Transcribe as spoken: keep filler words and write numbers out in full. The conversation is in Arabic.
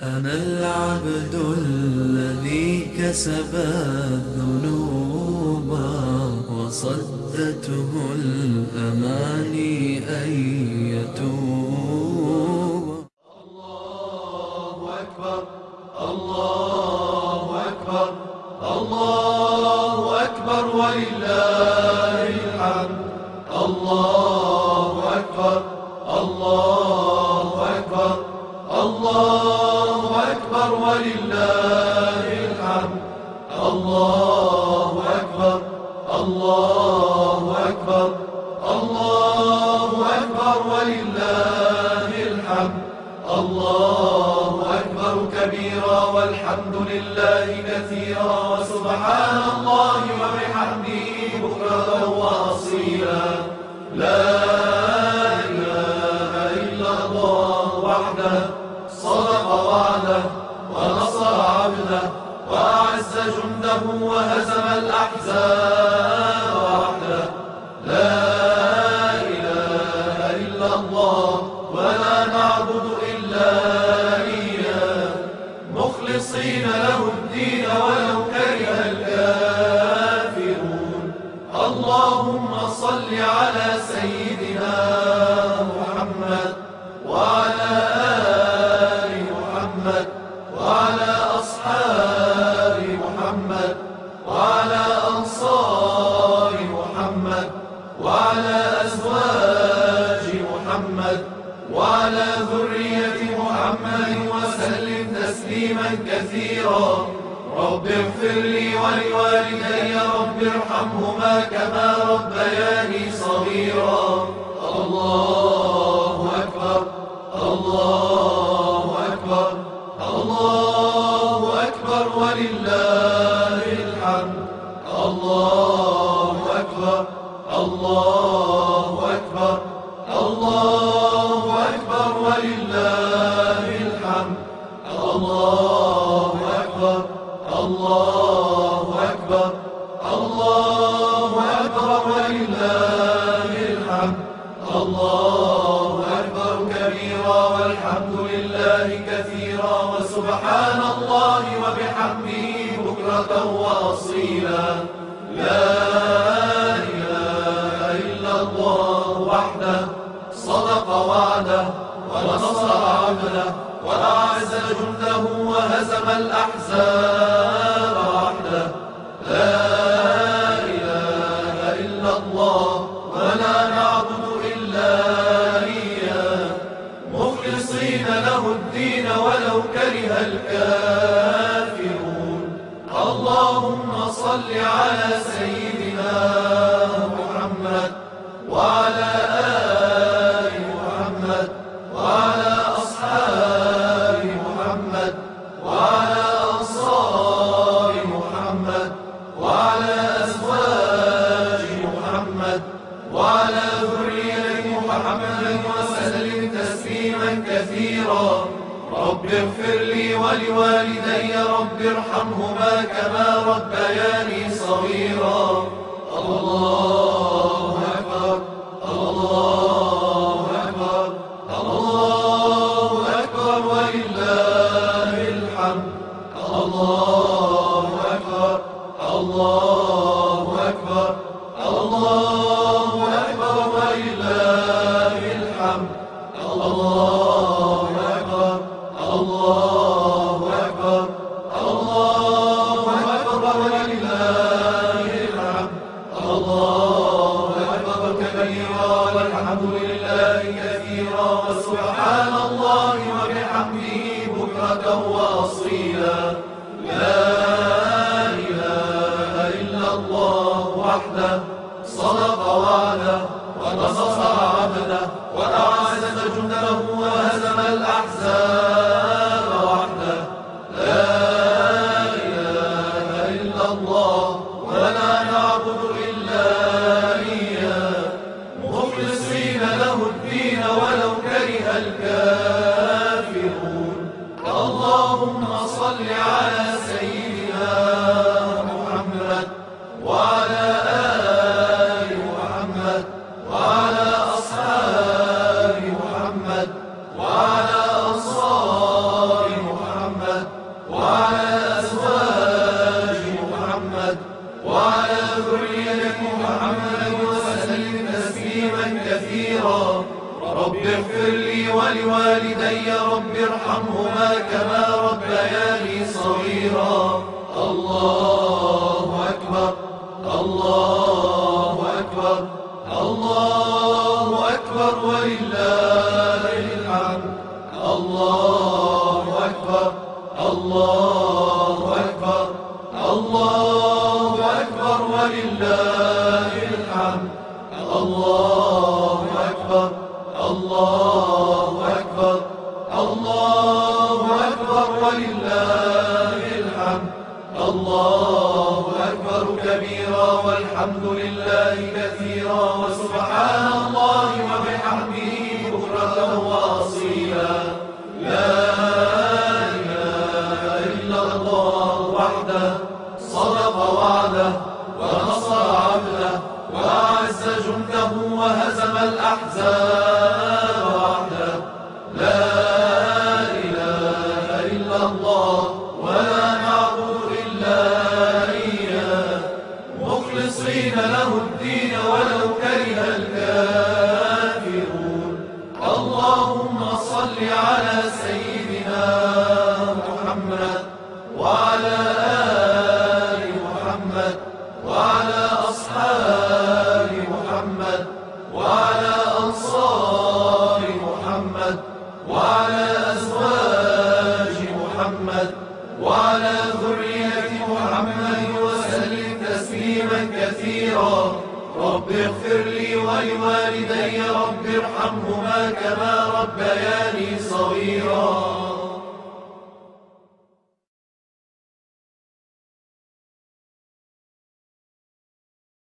أنا العبد الذي كسب الذنوب وصدته الأماني أن يتوب. الله أكبر الله أكبر الله أكبر ولله الحمد. الله أكبر الله أكبر الله أكبر ولله الحمد. الله أكبر الله أكبر الله أكبر ولله الحمد. الله أكبر كبيرا والحمد لله كثيرا وسبحان الله وبحمده بكرة وأصيلا. لا إله إلا الله وحده صدق وعده ونصر عبده وأعز جنده وهزم الأحزاب وحده. لا إله إلا الله ولا نعبد إلا إياه مخلصين له الدين ولو كره الكافرون. اللهم صل على سيدنا محمد وعلى آل محمد وعلى أصحاب محمد وعلى أنصار محمد وعلى أزواج محمد وعلى ذرية محمد وسلم تسليما كثيرا. رب اغفر لي ولوالدي رب ارحمهما كما ربياني صغيرا. الله أكبر الله أكبر الله أكبر ولله الحمد. الله أكبر الله أكبر الله أكبر ولله الحمد. الله أكبر الله أكبر الله أكبر ولله الحمد. الله أكبر كبيرا والحمد لله كثيرا وسبحان الله وبحمده بكرة وأصيلا. لا إله إلا الله وحده صدق وعده ونصر عبده وأعز جنده وهزم الأحزاب وحده. لا إله إلا الله ولا نعبد إلا إياه مخلصين له الدين ولو كره الكافرون. اللهم صل على سيدنا محمد وعلى آل محمد وعلى أصحاب محمد وعلى أنصار محمد وعلى أزواج محمد وعلى ذرية محمد وسلم تسليما كثيرا. رب اغفر لي ولوالدي رب ارحمهما كما ربياني صغيرا. الله أكبر الله أكبر الله أكبر ولله الحمد. الله أكبر الله أكبر الله أكبر ولله الحمد. الله أكبر الله أكبر الله أكبر ولله الحمد. الله أكبر كبيرا والحمد لله كثيرا وسبحان الله وبحمده بكرة وأصيلا. لا إله إلا الله وحده صدق وعده ونصر عبده وأعز جنده وهزم الأحزاب وحده. لا إله إلا الله ولا نعبد إلا إياه مخلصين له الدين ولو كره الكافرون. اللهم صل على سيدنا محمد وعلى آل محمد وعلى أصحاب محمد وعلى أنصار محمد ارحمهما كما ربياني صغيرا. الله أكبر الله أكبر الله أكبر ولله الحمد. الله أكبر الله أكبر الله أكبر ولله الحمد. الله أكبر الله أكبر الله أكبر ولله الحمد. الله أكبر كبيرا والحمد لله كثيرا وسبحان الله وبحمده بكرة وأصيلا. لا إله إلا الله وحده صدق وعده ونصر عبده وأعز جنده وهزم الأحزاب وحده. لا إله إلا الله ولا نعبد إلا إياه مخلصين له الدين ولو كره الكافرون. اللهم صل على سيدنا محمد وعلى آل محمد وعلى أصحاب محمد وعلى أنصار محمد وعلى أزواج محمد وعلى ذرية محمد وسلم تسليما كثيرا. رب اغفر لي ولوالدي رب ارحمهما كما ربياني صغيرا.